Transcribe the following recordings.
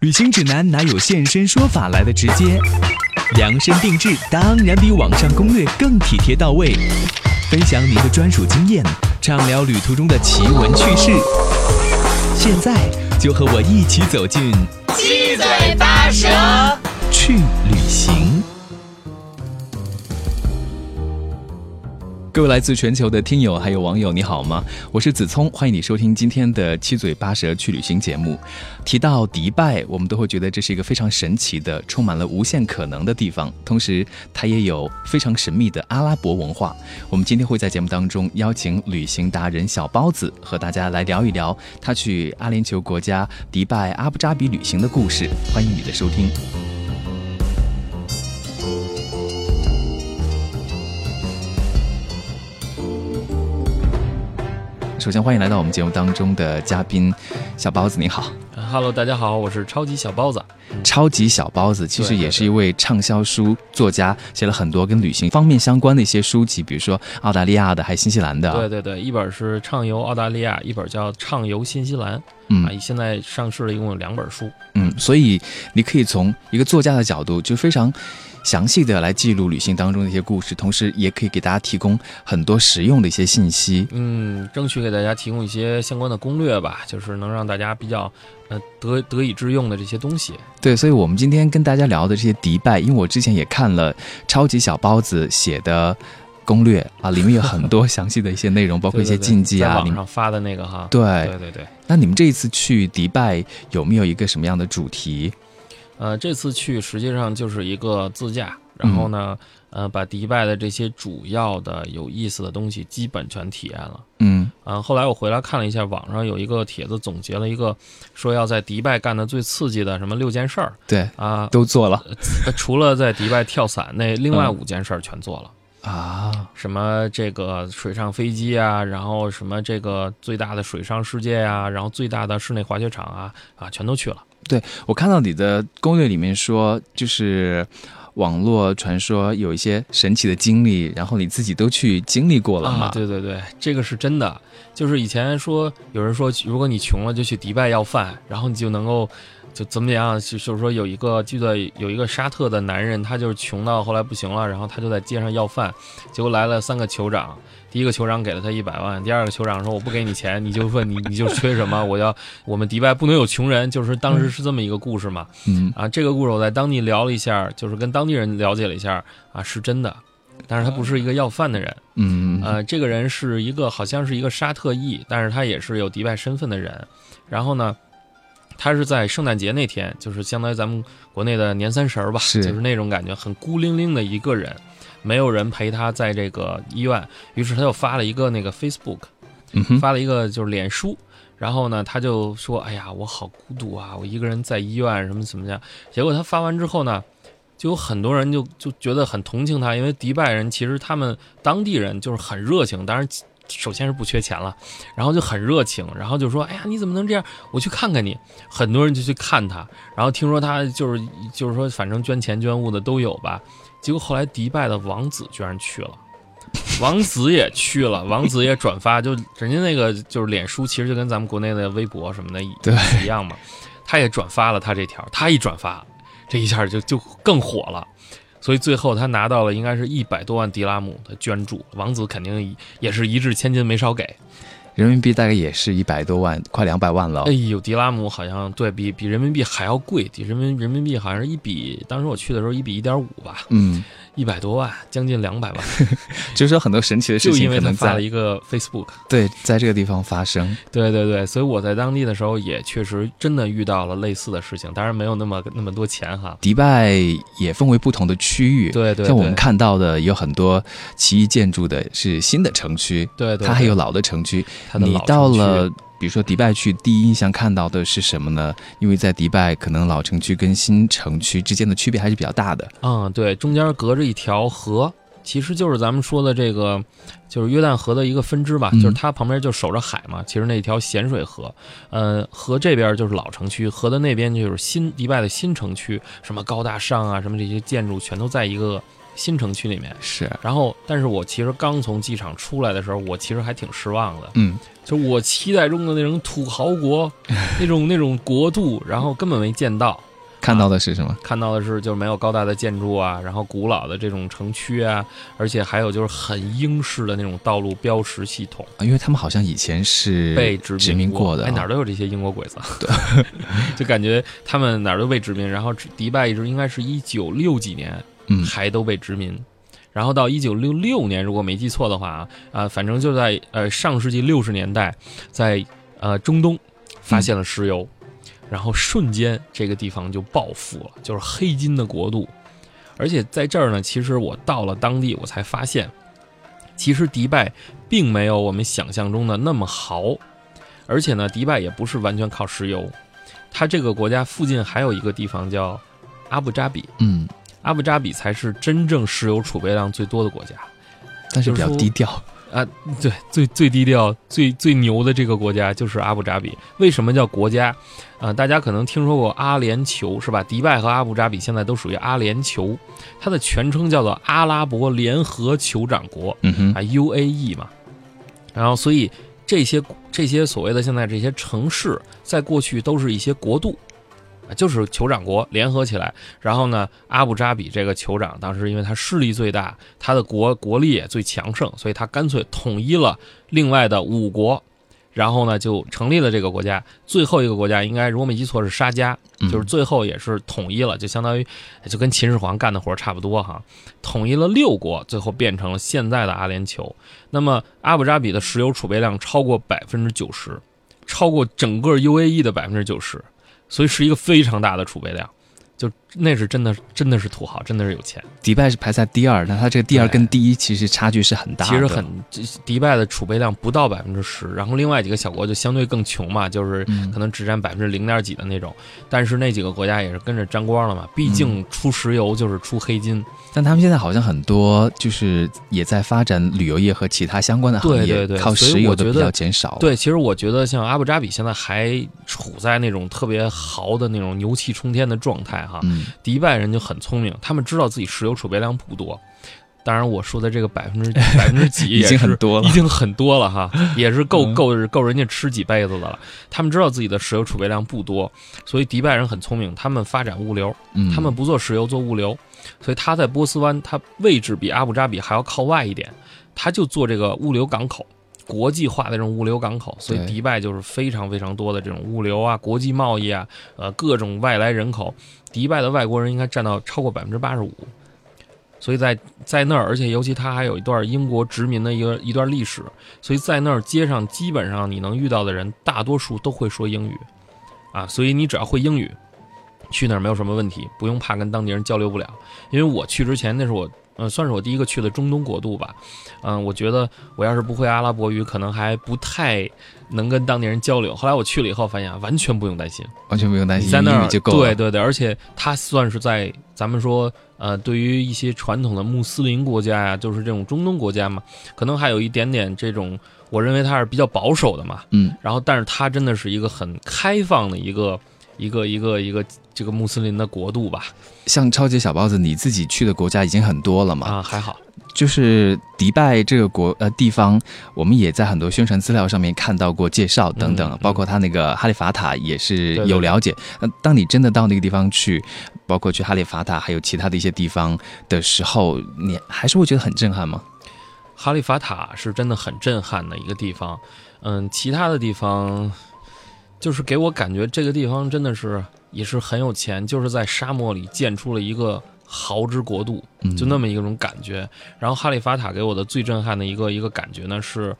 旅行指南哪有现身说法来的直接？量身定制当然比网上攻略更体贴到位。分享您的专属经验，畅聊旅途中的奇闻趣事。现在就和我一起走进七嘴八舌去旅行。各位来自全球的听友还有网友，你好吗？我是子聪，欢迎你收听今天的七嘴八舌去旅行节目。提到迪拜，我们都会觉得这是一个非常神奇的、充满了无限可能的地方，同时它也有非常神秘的阿拉伯文化。我们今天会在节目当中邀请旅行达人小包子和大家来聊一聊他去阿联酋国家迪拜阿布扎比旅行的故事。欢迎你的收听。首先欢迎来到我们节目当中的嘉宾小包子，你好。 Hello， 大家好，我是超级小包子。 超级小包子其实也是一位畅销书作家，写了很多跟旅行方面相关的一些书籍，比如说澳大利亚的还新西兰的。 对，一本是畅游澳大利亚，一本叫畅游新西兰。现在上市了一共有2本书。 所以你可以从一个作家的角度就非常详细的来记录旅行当中的一些故事，同时也可以给大家提供很多实用的一些信息。 争取给大家提供一些相关的攻略吧，就是能让大家比较得以致用的这些东西。 对，所以我们今天跟大家聊的这些迪拜，因为我之前也看了超级小包子写的攻略啊，里面有很多详细的一些内容，包括一些禁忌啊， 在网上发的那个哈。 对。 那你们这一次去迪拜有没有一个什么样的主题？ 这次去实际上就是一个自驾，然后呢，把迪拜的这些主要的有意思的东西基本全体验了。后来我回来看了一下，网上有一个帖子总结了一个，说要在迪拜干的最刺激的什么6件事儿。 对啊，都做了。 除了在迪拜跳伞，那另外5件事儿全做了。什么这个水上飞机啊，然后什么这个最大的水上世界啊，然后最大的室内滑雪场啊，全都去了。 对，我看到你的攻略里面说，就是网络传说有一些神奇的经历，然后你自己都去经历过了嘛？ 对，这个是真的。就是以前说有人说，如果你穷了就去迪拜要饭，然后你就能够就怎么样，就是说记得有一个沙特的男人，他就是穷到后来不行了，然后他就在街上要饭，结果来了3个酋长，第一个酋长给了他100万，第2个酋长说我不给你钱，你就问你就缺什么，我们迪拜不能有穷人，就是当时是这么一个故事嘛。这个故事我在当地聊了一下，就是跟当地人了解了一下是真的。但是他不是一个要饭的人。这个人是好像是一个沙特裔，但是他也是有迪拜身份的人。然后呢，他是在圣诞节那天，就是相当于咱们国内的年30吧，就是那种感觉，很孤零零的一个人，没有人陪他在这个医院，于是他就发了一个那个 Facebook，发了一个就是脸书。然后呢，他就说：“哎呀，我好孤独啊，我一个人在医院什么怎么样。”结果他发完之后呢，就有很多人就觉得很同情他，因为迪拜人其实他们当地人就是很热情，当然首先是不缺钱了，然后就很热情，然后就说：“哎呀，你怎么能这样？我去看看你。”很多人就去看他，然后听说他就是说，反正捐钱捐物的都有吧。结果后来迪拜的王子居然去了。王子也去了，王子也转发，就人家那个就是脸书，其实就跟咱们国内的微博什么的一样嘛。他也转发了他这条，他一转发，这一下就更火了。所以最后他拿到了应该是100多万迪拉姆的捐助，王子肯定也是一掷千金没少给。 人民币大概也是100多万，快200万了。 哎呦，迪拉姆好像对比人民币还要贵，人民币好像是当时我去的时候1比1.5吧。100多万，将近200万。 就是说很多神奇的事情可能就因为他发了一个 Facebook， 对，在这个地方发生。 对，所以我在当地的时候也确实真的遇到了类似的事情，当然没有那么多钱哈。 迪拜也分为不同的区域， 对， 像我们看到的有很多奇异建筑的是新的城区， 对， 它还有老的城区。你到了比如说迪拜去，第一印象看到的是什么呢？因为在迪拜可能老城区跟新城区之间的区别还是比较大的。 对，中间隔着一条河，其实就是咱们说的这个就是约旦河的一个分支吧，就是它旁边就守着海嘛，其实那条咸水河。河这边就是老城区，河的那边就是迪拜的新城区，什么高大上啊，什么这些建筑全都在一个新城区里面。 是。 然后，但是我其实刚从机场出来的时候，我其实还挺失望的。就我期待中的那种土豪国，那种国度，然后根本没见到。 看到的是什么？ 看到的是就是没有高大的建筑啊，然后古老的这种城区啊，而且还有就是很英式的那种道路标识系统。 因为他们好像以前是被殖民过的， 哪儿都有这些英国鬼子。对，就感觉他们哪儿都被殖民。然后迪拜一直应该是1960几年，还都被殖民。然后到1966年，如果没记错的话反正就在上世纪60年代，在中东发现了石油。然后瞬间这个地方就暴富了，就是黑金的国度。而且在这儿呢，其实我到了当地我才发现，其实迪拜并没有我们想象中的那么豪。而且呢，迪拜也不是完全靠石油，它这个国家附近还有一个地方叫阿布扎比。阿布扎比才是真正石油储备量最多的国家， 但是比较低调。 对，最低调、最牛的这个国家就是阿布扎比。为什么叫国家？大家可能听说过阿联酋是吧？迪拜和阿布扎比现在都属于阿联酋，它的全称叫做阿拉伯联合酋长国，UAE 嘛。然后，所以这些所谓的现在这些城市，在过去都是一些国度。就是酋长国联合起来，然后呢，阿布扎比这个酋长当时因为他势力最大，他的国力也最强盛，所以他干脆统一了另外的5国，然后呢就成立了这个国家。最后一个国家应该如果没记错是沙迦，就是最后也是统一了，就相当于就跟秦始皇干的活差不多哈，统一了6国，最后变成了现在的阿联酋。那么阿布扎比的石油储备量超过90%，超过整个 UAE 的90%。所以是一个非常大的储备量，就那是真的是土豪，真的是有钱。 迪拜是排在第2，但它这个第2跟第1其实差距是很大的。 其实迪拜的储备量不到10%，然后另外几个小国就相对更穷嘛，就是可能只占0.几的那种。但是那几个国家也是跟着沾光了嘛，毕竟出石油就是出黑金。 但他们现在好像很多就是也在发展旅游业和其他相关的行业， 对， 靠石油的比较减少。 对，其实我觉得像阿布扎比现在还处在那种特别豪的那种牛气冲天的状态哈。迪拜人就很聪明，他们知道自己石油储备量不多。当然我说的这个百分之几已经很多了， 已经很多了哈，也是够人家吃几辈子的了。他们知道自己的石油储备量不多，所以迪拜人很聪明，他们发展物流，他们不做石油做物流，所以他在波斯湾，他位置比阿布扎比还要靠外一点，他就做这个物流港口，国际化的这种物流港口，所以迪拜就是非常非常多的这种物流啊、国际贸易啊，各种外来人口，迪拜的外国人应该占到超过85%。所以在那儿，而且尤其它还有一段英国殖民的一段历史，所以在那儿街上基本上你能遇到的人，大多数都会说英语，所以你只要会英语，去那儿没有什么问题，不用怕跟当地人交流不了。因为我去之前，那是我算是我第一个去的中东国度吧，我觉得我要是不会阿拉伯语，可能还不太能跟当地人交流。后来我去了以后，发现完全不用担心， 完全不用担心， 在那儿英语就够了。 对，而且它算是在咱们说对于一些传统的穆斯林国家呀，就是这种中东国家嘛，可能还有一点点这种，我认为它是比较保守的嘛，然后但是它真的是一个很开放的一个这个穆斯林的国度吧。 像超级小包子，你自己去的国家已经很多了嘛？ 还好。 就是迪拜这个地方，我们也在很多宣传资料上面看到过介绍等等，包括它那个哈利法塔也是有了解。当你真的到那个地方去，包括去哈利法塔还有其他的一些地方的时候，你还是会觉得很震撼吗？ 哈利法塔是真的很震撼的一个地方，其他的地方就是给我感觉这个地方真的是也是很有钱，就是在沙漠里建出了一个豪之国度，就那么一种感觉。然后哈利法塔给我的最震撼的一个感觉呢是，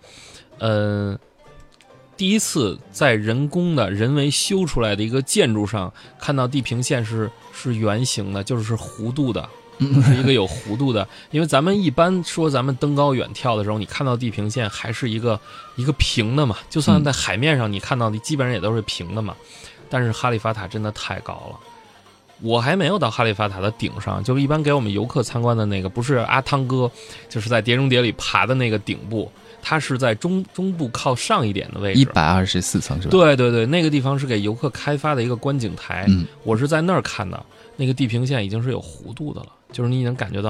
第一次在人工的人为修出来的一个建筑上看到地平线是圆形的，就是弧度的，是一个有弧度的。因为咱们一般说咱们登高远眺的时候，你看到地平线还是一个平的嘛，就算在海面上你看到的基本上也都是平的嘛。但是哈利法塔真的太高了，我还没有到哈利法塔的顶上，就一般给我们游客参观的那个，不是阿汤哥，就是在碟中谍里爬的那个顶部，它是在中部靠上一点的位置 ，124层是吧？ 对，那个地方是给游客开发的一个观景台，我是在那儿看的，那个地平线已经是有弧度的了，就是你能感觉到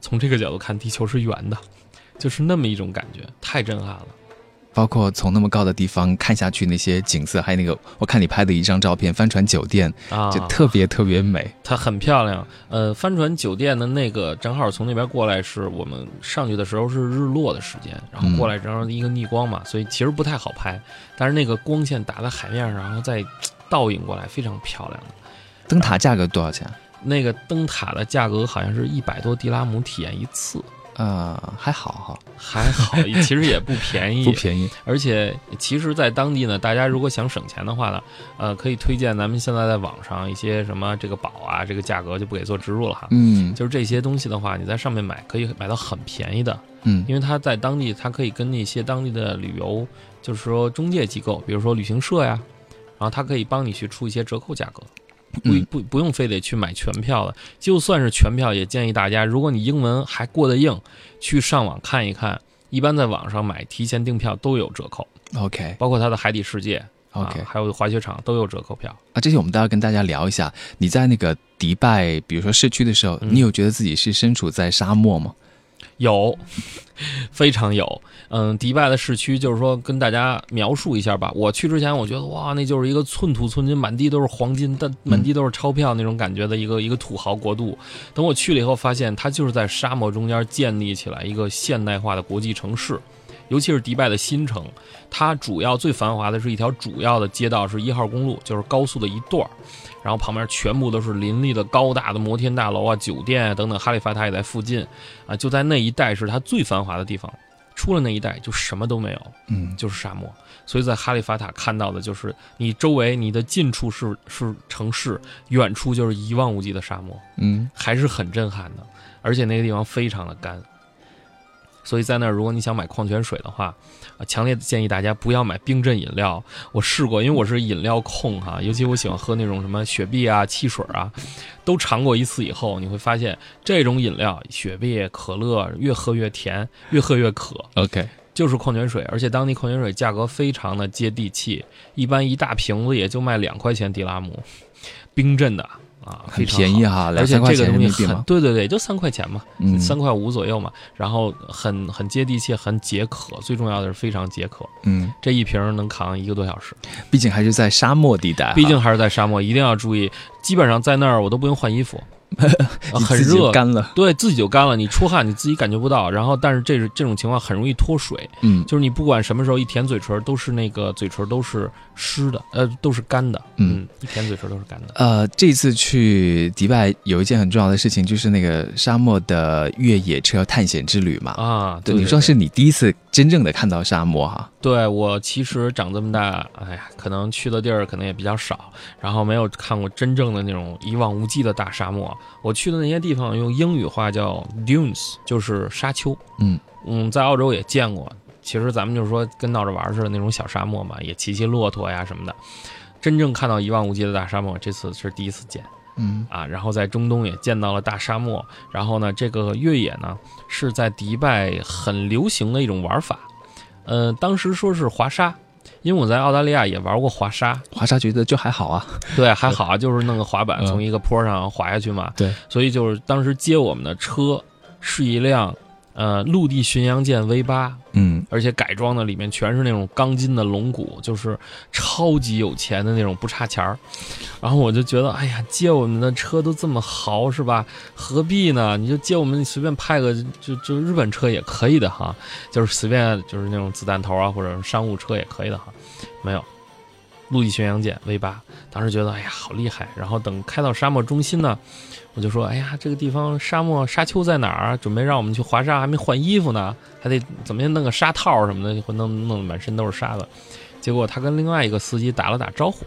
从这个角度看地球是圆的，就是那么一种感觉，太震撼了。 包括从那么高的地方看下去那些景色，还有那个我看你拍的一张照片，帆船酒店就特别特别美， 它很漂亮。帆船酒店的那个正好从那边过来，是我们上去的时候是日落的时间，然后过来正好一个逆光嘛，所以其实不太好拍。但是那个光线打在海面上，然后再倒影过来，非常漂亮的。 灯塔价格多少钱？ 那个灯塔的价格好像是100多迪拉姆体验一次。 还好哈， 还好，其实也不便宜， 不便宜。 而且，其实，在当地呢，大家如果想省钱的话呢，可以推荐咱们现在在网上一些什么这个宝啊，这个价格就不给做植入了哈。就是这些东西的话，你在上面买可以买到很便宜的。因为它在当地，它可以跟那些当地的旅游，就是说中介机构，比如说旅行社呀，然后它可以帮你去出一些折扣价格。不用非得去买全票的，就算是全票，也建议大家，如果你英文还过得硬，去上网看一看，一般在网上买提前订票都有折扣。 OK， 包括它的海底世界 OK， 还有滑雪场都有折扣票这些我们都要跟大家聊一下。你在那个迪拜，比如说市区的时候，你有觉得自己是身处在沙漠吗？ 有，非常有。迪拜的市区就是说跟大家描述一下吧。我去之前我觉得哇，那就是一个寸土寸金，满地都是黄金，但满地都是钞票那种感觉的一个土豪国度。等我去了以后，发现它就是在沙漠中间建立起来一个现代化的国际城市。尤其是迪拜的新城，它主要最繁华的是一条主要的街道，是1号公路，就是高速的一段，然后旁边全部都是林立的高大的摩天大楼啊、酒店啊等等。哈利法塔也在附近啊，就在那一带是它最繁华的地方。出了那一带就什么都没有，就是沙漠。所以在哈利法塔看到的就是你周围，你的近处是城市，远处就是一望无际的沙漠，还是很震撼的。而且那个地方非常的干。所以在那儿，如果你想买矿泉水的话，强烈建议大家不要买冰镇饮料。我试过，因为我是饮料控哈，尤其我喜欢喝那种什么雪碧啊、汽水啊，都尝过一次以后，你会发现这种饮料，雪碧、可乐越喝越甜，越喝越渴。 OK， 就是矿泉水，而且当地矿泉水价格非常的接地气，一般一大瓶子也就卖2块钱迪拉姆，冰镇的。 很便宜哈， 而且这个东西很对，就3块钱嘛，3块5左右嘛，然后很接地气，很解渴，最重要的是非常解渴。这一瓶能扛1个多小时， 毕竟还是在沙漠地带， 毕竟还是在沙漠，一定要注意。基本上在那儿我都不用换衣服。很热， 干了， 对自己就干了，你出汗你自己感觉不到。然后，但是这种情况很容易脱水，就是你不管什么时候一舔嘴唇，都是那个嘴唇都是湿的，都是干的，一舔嘴唇都是干的。 这次去迪拜有一件很重要的事情，就是那个沙漠的越野车探险之旅嘛。 对， 你说是你第一次真正的看到沙漠哈？ 对，我其实长这么大，可能去的地儿可能也比较少，然后没有看过真正的那种一望无际的大沙漠。我去的那些地方用英语话叫 dunes， 就是沙丘。在澳洲也见过。其实咱们就是说跟闹着玩似的那种小沙漠嘛，也骑骆驼呀什么的。真正看到一望无际的大沙漠，这次是第一次见。然后在中东也见到了大沙漠。然后呢，这个越野呢是在迪拜很流行的一种玩法。当时说是滑沙。因为我在澳大利亚也玩过滑沙觉得就还好啊。 对，还好啊，就是弄个滑板从一个坡上滑下去嘛。 对， 所以就是当时接我们的车是一辆陆地巡洋舰 V8，而且改装的里面全是那种钢筋的龙骨，就是超级有钱的那种，不差钱儿。然后我就觉得，哎呀，借我们的车都这么豪是吧？何必呢？你就借我们，你随便派个就日本车也可以的哈，就是随便就是那种子弹头啊，或者商务车也可以的哈。没有，陆地巡洋舰 V8，当时觉得哎呀好厉害。然后等开到沙漠中心呢，我就说，哎呀，这个地方沙丘在哪儿？准备让我们去滑沙，还没换衣服呢，还得怎么弄个沙套什么的，弄得满身都是沙子。结果他跟另外一个司机打了打招呼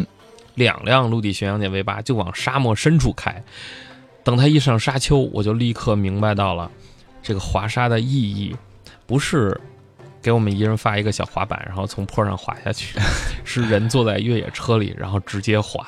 ，2辆陆地巡洋舰 V8就往沙漠深处开。等他一上沙丘，我就立刻明白到了这个滑沙的意义，不是给我们一人发一个小滑板，然后从坡上滑下去，是人坐在越野车里，然后直接滑。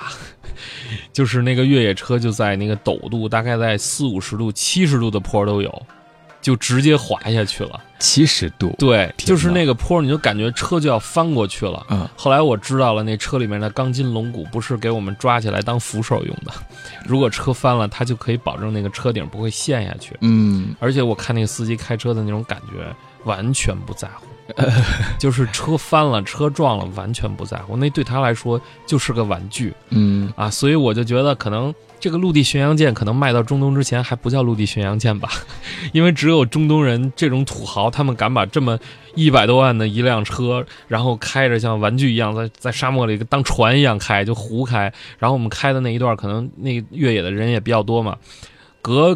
就是那个越野车就在那个陡度，大概在40-50度、70度的坡都有， 就直接滑下去了 ，70度， 对，就是那个坡，你就感觉车就要翻过去了。后来我知道了，那车里面的钢筋龙骨不是给我们抓起来当扶手用的，如果车翻了，它就可以保证那个车顶不会陷下去。而且我看那个司机开车的那种感觉，完全不在乎。就是车翻了车撞了完全不在乎，那对他来说就是个玩具。所以我就觉得可能这个陆地巡洋舰可能卖到中东之前还不叫陆地巡洋舰吧，因为只有中东人这种土豪，他们敢把这么100多万的一辆车，然后开着像玩具一样在沙漠里当船一样开，就胡开。然后我们开的那一段可能那越野的人也比较多嘛，隔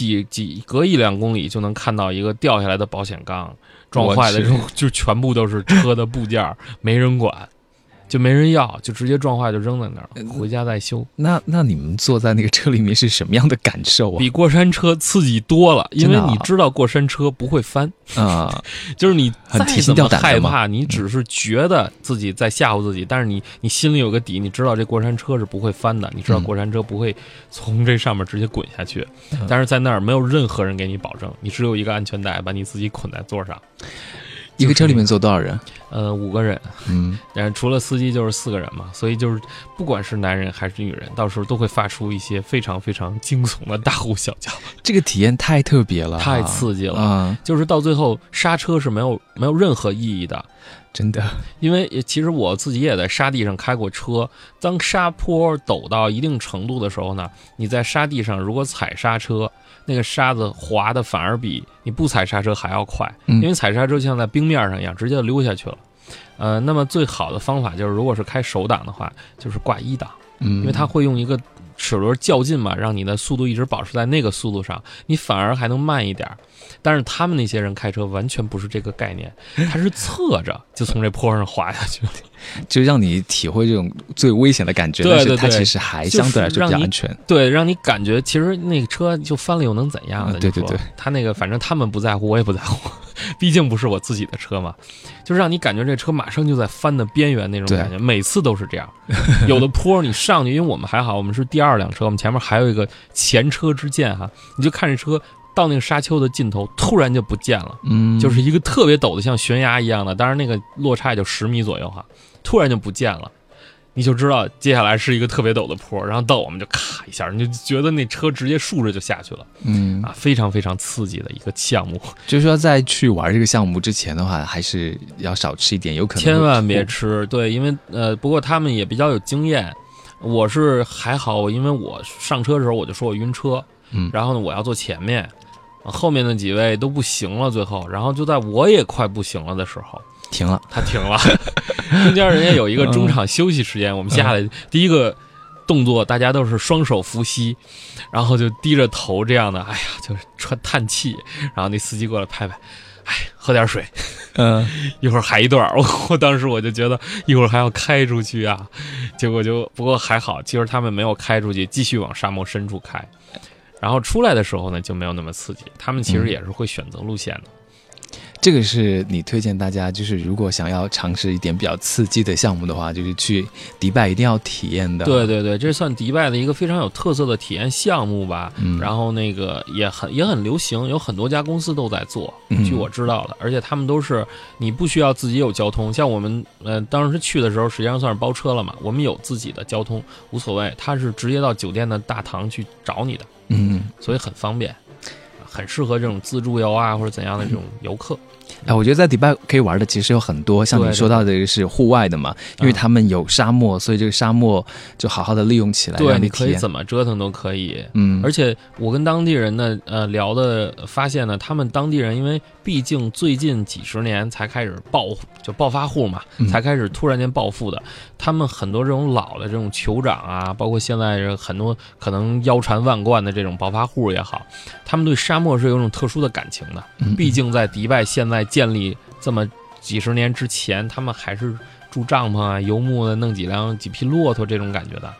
1-2公里就能看到一个掉下来的保险杠，撞坏的就全部都是车的部件，没人管，就没人要，就直接撞坏就扔在那儿，回家再修。 那你们坐在那个车里面是什么样的感受啊？ 比过山车刺激多了，因为你知道过山车不会翻啊，就是你再怎么害怕，你只是觉得自己在吓唬自己，但是你心里有个底，你知道这过山车是不会翻的，你知道过山车不会从这上面直接滚下去，但是在那儿没有任何人给你保证，你只有一个安全带把你自己捆在座上。 一个车里面坐多少人 ？5个人，但是除了司机就是4个人嘛，所以就是不管是男人还是女人，到时候都会发出一些非常非常惊悚的大呼小叫。 这个体验太特别了， 太刺激了，就是到最后刹车是没有任何意义的。 真的， 因为其实我自己也在沙地上开过车，当沙坡陡到一定程度的时候呢，你在沙地上如果踩刹车，那个沙子滑的反而比你不踩刹车还要快，因为踩刹车就像在冰面上一样，直接溜下去了。那么最好的方法就是，如果是开手挡的话，就是挂1档，因为它会用一个齿轮较劲嘛，让你的速度一直保持在那个速度上，你反而还能慢一点。但是他们那些人开车完全不是这个概念，他是侧着就从这坡上滑下去了， 就让你体会这种最危险的感觉。 对对对， 但是它其实还相对来说比较安全。 对，让你感觉其实那个车就翻了又能怎样的？ 对对对， 他那个反正他们不在乎，我也不在乎，毕竟不是我自己的车嘛。就是让你感觉这车马上就在翻的边缘那种感觉，每次都是这样。有的坡你上去，因为我们还好，我们是第2辆车，我们前面还有一个前车之鉴哈，你就看这车到那个沙丘的尽头突然就不见了，就是一个特别陡的像悬崖一样的，当然那个落差也就10米左右哈，突然就不见了，你就知道接下来是一个特别陡的坡，然后到我们就咔一下，你就觉得那车直接竖着就下去了，非常非常刺激的一个项目。 就是说在去玩这个项目之前的话，还是要少吃一点，有可能千万别吃，对，因为不过他们也比较有经验，我是还好，因为我上车的时候我就说我晕车，然后呢我要坐前面。后面的几位都不行了，最后，然后就在我也快不行了的时候， 停了， 他停了。中间人家有一个中场休息时间，我们下来第一个动作，大家都是双手扶膝，然后就低着头这样的，哎呀，就是叹气。然后那司机过来拍拍，哎，喝点水，一会儿还一段。我当时我就觉得一会儿还要开出去啊，结果不过还好，其实他们没有开出去，继续往沙漠深处开。然后出来的时候呢，就没有那么刺激。他们其实也是会选择路线的。 这个是你推荐大家，就是如果想要尝试一点比较刺激的项目的话，就是去迪拜一定要体验的。 对对对，这算迪拜的一个非常有特色的体验项目吧。然后那个也很流行，有很多家公司都在做，据我知道的。而且他们都是你不需要自己有交通，像我们当时去的时候，实际上算是包车了嘛。我们有自己的交通，无所谓，他是直接到酒店的大堂去找你的。所以很方便，很适合这种自助游啊或者怎样的这种游客。 我觉得在迪拜可以玩的其实有很多，像你说到的是户外的嘛，因为他们有沙漠，所以这个沙漠就好好的利用起来， 对，你可以怎么折腾都可以。而且我跟当地人呢聊的发现呢，他们当地人因为毕竟最近几十年才开始暴发户嘛，才开始突然间暴富的，他们很多这种老的这种酋长啊，包括现在很多可能腰缠万贯的这种暴发户也好，他们对沙漠是有一种特殊的感情的。毕竟在迪拜现在建立这么几十年之前，他们还是住帐篷啊、游牧的，弄几匹骆驼这种感觉的，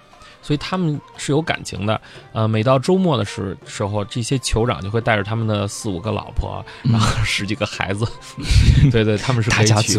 所以他们是有感情的。每到周末的时候，这些酋长就会带着他们的4、5个老婆，然后10几个孩子，对，他们是可以娶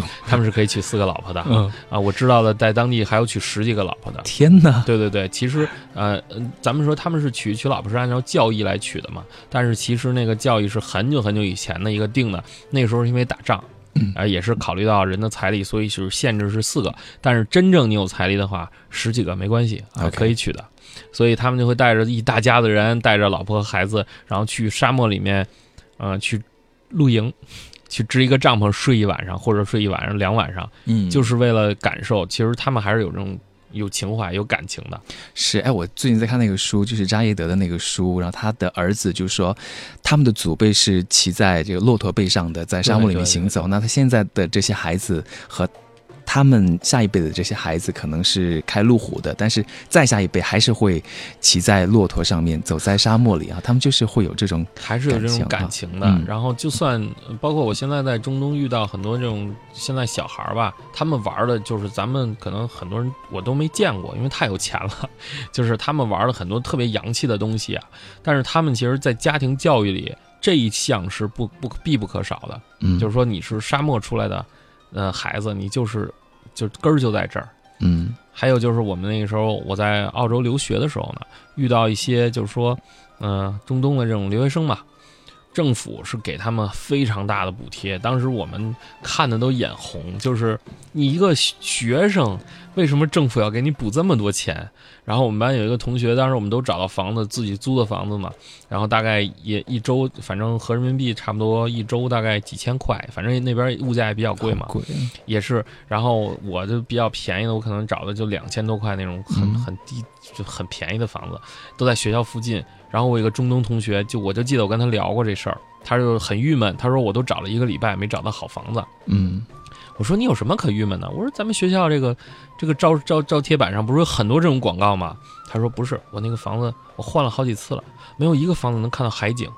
4个老婆的。我知道的，在当地还有娶10几个老婆的。 天哪！ 对，其实咱们说他们是娶老婆是按照教义来娶的嘛，但是其实那个教义是很久以前的一个定的，那个时候是因为打仗。也是考虑到人的财力，所以是限制是4个，但是真正你有财力的话，10几个没关系可以娶的。所以他们就会带着一大家子人，带着老婆和孩子，然后去沙漠里面，去露营，去支一个帐篷睡一晚上，或者睡1晚上、2晚上，就是为了感受。其实他们还是有这种有情怀、有感情的。 是，我最近在看那个书，就是扎耶德的那个书，然后他的儿子就说，他们的祖辈是骑在这个骆驼背上的，在沙漠里面行走。对，那他现在的这些孩子和他们下一辈的这些孩子可能是开路虎的，但是再下一辈还是会骑在骆驼上面走在沙漠里啊，他们就是会有这种还是有这种感情的。然后就算包括我现在在中东遇到很多这种现在小孩吧，他们玩的就是咱们可能很多人我都没见过，因为太有钱了，就是他们玩了很多特别洋气的东西啊，但是他们其实在家庭教育里这一项是必不可少的。就是说你是沙漠出来的孩子，你就根儿就在这儿。还有就是我们那个时候我在澳洲留学的时候呢，遇到一些就是说中东的这种留学生嘛，政府是给他们非常大的补贴，当时我们看的都眼红，就是你一个学生为什么政府要给你补这么多钱？然后我们班有一个同学，当时我们都找到房子，自己租的房子嘛，然后大概也一周，反正合人民币差不多一周大概几千块，反正那边物价也比较贵嘛，也是。然后我就比较便宜的，我可能找的就2000多块那种很低就很便宜的房子，都在学校附近。然后我有一个中东同学，我就记得我跟他聊过这事儿，他就很郁闷，他说我都找了1个礼拜没找到好房子。我说你有什么可郁闷的？我说咱们学校这个招贴板上不是有很多这种广告吗？他说不是，我那个房子我换了好几次了，没有一个房子能看到海景。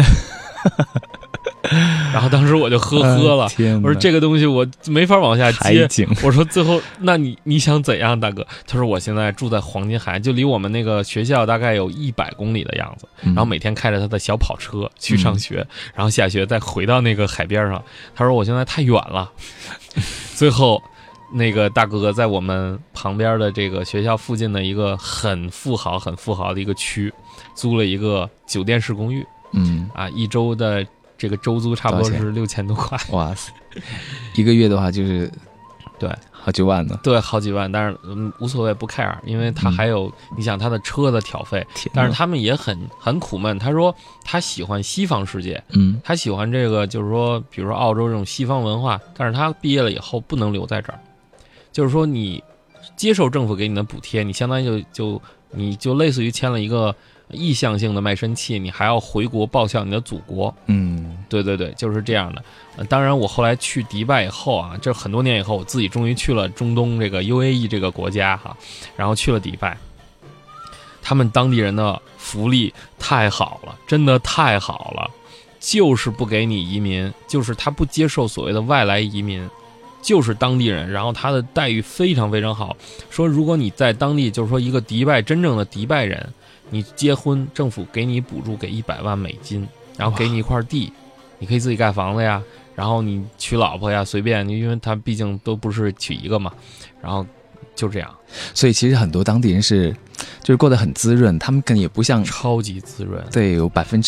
然后当时我就呵了，我说这个东西我没法往下接。我说最后那你想怎样，大哥？他说我现在住在黄金海岸，就离我们那个学校大概有100公里的样子，然后每天开着他的小跑车去上学，然后下学再回到那个海边上。他说我现在太远了。最后那个大哥哥在我们旁边的这个学校附近的一个很富豪的一个区租了一个酒店式公寓。一周的这个周租差不多是6000多块。哇塞 ，1个月的话就是对好几万呢。 对，好几万，但是无所谓，不 care， 因为他还有你想他的车的挑费，但是他们也很苦闷。他说他喜欢西方世界，他喜欢这个就是说比如说澳洲这种西方文化，但是他毕业了以后不能留在这儿，就是说你接受政府给你的补贴，你相当于你就类似于签了一个意向性的卖身契，你还要回国报效你的祖国。对，就是这样的。当然我后来去迪拜以后啊，这很多年以后我自己终于去了中东这个 UAE 这个国家哈，然后去了迪拜，他们当地人的福利太好了，真的太好了，就是不给你移民，就是他不接受所谓的外来移民，就是当地人，然后他的待遇非常非常好。说如果你在当地就是说一个迪拜真正的迪拜人，你结婚政府给你补助给100万美金，然后给你一块地，你可以自己盖房子呀，然后你娶老婆呀随便，因为他毕竟都不是娶一个嘛，然后就这样。 所以其实很多当地人就是过得很滋润，他们可能也不像超级滋润。 对，有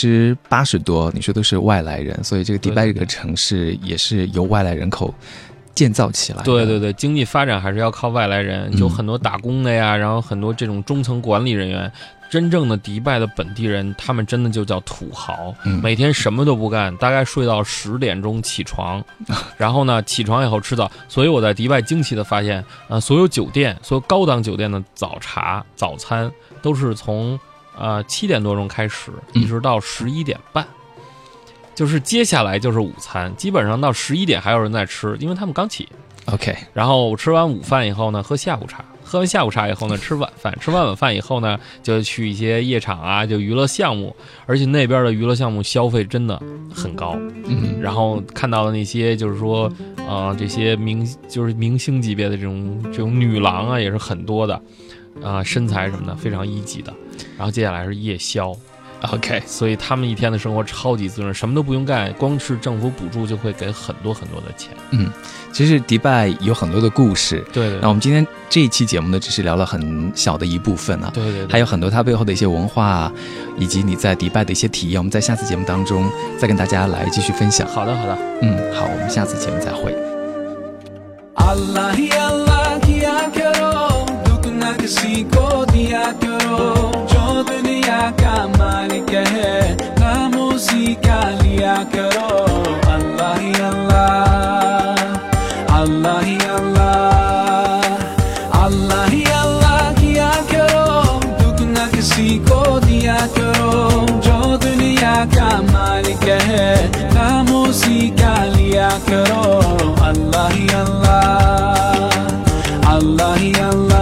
80%多你说都是外来人，所以这个迪拜这个城市也是由外来人口建造起来的。 对，经济发展还是要靠外来人，就很多打工的呀，然后很多这种中层管理人员。真正的迪拜的本地人，他们真的就叫土豪，每天什么都不干，大概睡到10点钟起床，然后呢起床以后吃早。所以我在迪拜惊奇的发现，所有酒店，所有高档酒店的早餐都是从7点多钟开始，一直到11点半，就是接下来就是午餐，基本上到11点还有人在吃，因为他们刚起。 OK， 然后吃完午饭以后呢，喝下午茶，喝完下午茶以后呢，吃晚饭，吃完晚饭以后呢，就去一些夜场啊，就娱乐项目，而且那边的娱乐项目消费真的很高。然后看到的那些就是说，这些明星级别的这种女郎啊，也是很多的。 身材什么的非常一级的，然后接下来是夜宵。 OK， 所以他们一天的生活超级滋润，什么都不用干，光是政府补助就会给很多很多的钱。 其实迪拜有很多的故事， 对。 那我们今天这一期节目呢，只是聊了很小的一部分啊， 对， 还有很多它背后的一些文化，以及你在迪拜的一些体验，我们在下次节目当中再跟大家来继续分享。 好的， 好，我们下次节目再会。 दुनिया का मालिक है खामोशी का लिया करो अल्लाह ही अल्लाह अल्लाह ही अल्लाह अल्लाह ही अल्लाह किया करो दुख न किसी को दिया करो जो दुनिया का मालिक है खामोशी का लिया करो अल्लाह ही अल्लाह अल्लाह ही अल्लाह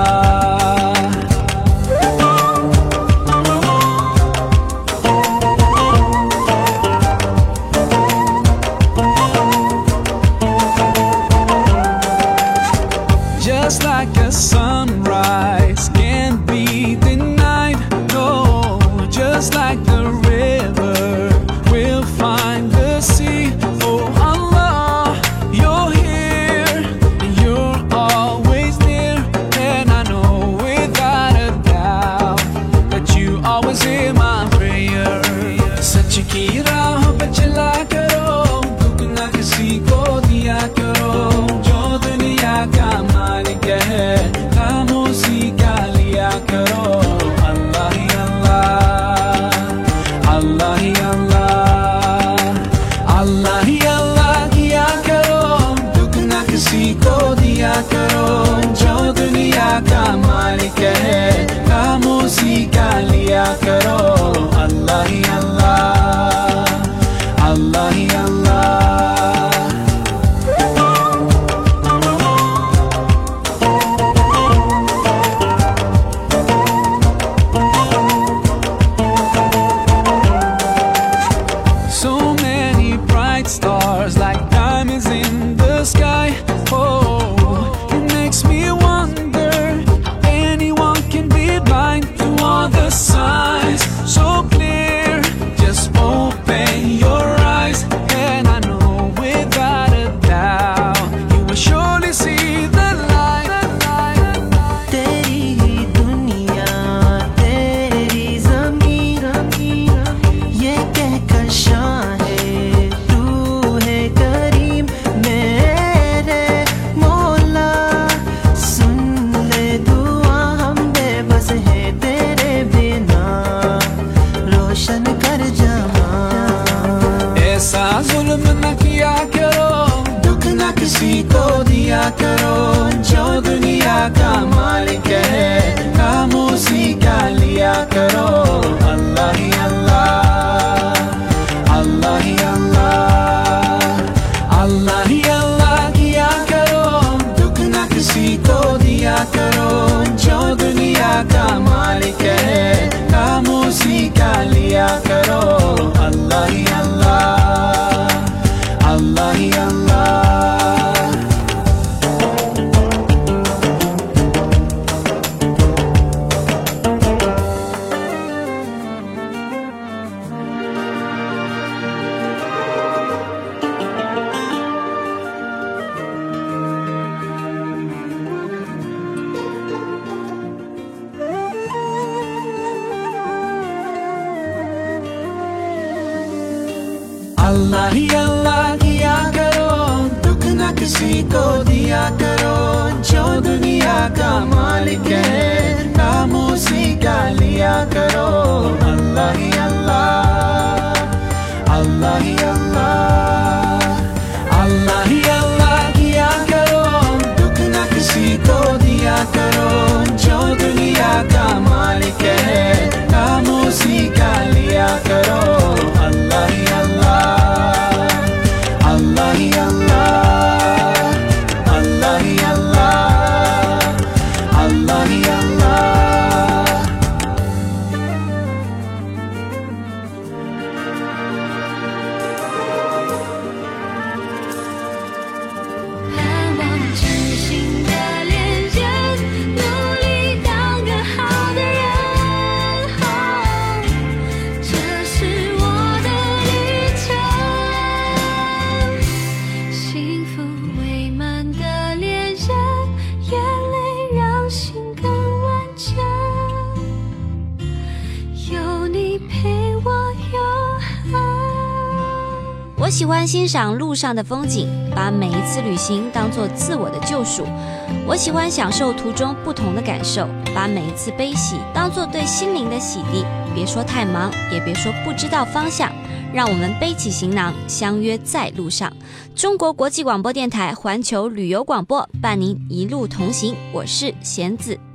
Just like a sunrise can't be denied, no. Just like the river will find the sea. Oh Allah, you're here, you're always near, and I know without a doubt that you always hear my prayer. सच की राह पे चला करो, दुख न किसी को दिया करो, जो दुनिया का मालिक है खामोशी का लिया करो अल्लाह ही अल्लाह अल्लाह ही अल्लाह अल्लाह ही अल्लाह किया करो दुख न किसी को दिया करो जो दुनिया का मालिक है खामोशी का लिया करो अल्लाह ही अल्लाह अल्लाह ही अल्लाह stars like diamonds in the sky. Oh, it makes me wonder how anyone can be blind to all the signs so clear. Just open your eyes and I know without a doubt you will surely see the light. तेरी दुनिया तेरी ज़मीन ये कहकर शान जुल्म न किया करो दुख न किसी को दिया करो जो दुनिया का मालिक है खामोशी का लिया करो अल्लाह ही अल्लाह अल्लाह ही अल्लाह अल्लाह ही अल्लाह किया करो दुख न किसी को दिया करो जो दुनिया का मालिक है खामोशी का लिया करो अल्लाह ही अल्लाह Allah hi Allah Allah hi Allah किया करो दुख न किसी को दिया करो जो दुनिया का मालिक है खामोशी का लिया करो अल्लाह ही अल्लाह अल्लाह ही अल्लाह अल्लाह ही अल्लाह किया करो दुख न किसी को दिया करो जो दुनिया का मालिक है खामोशी का लिया करो अल्लाह ही अल्लाह Allah hi Allah Allah hi Allah Allah hi Allah 我喜欢欣赏路上的风景，把每一次旅行当作自我的救赎。我喜欢享受途中不同的感受，把每一次悲喜当作对心灵的洗涤。别说太忙，也别说不知道方向，让我们背起行囊，相约在路上。中国国际广播电台环球旅游广播，伴您一路同行。我是弦子。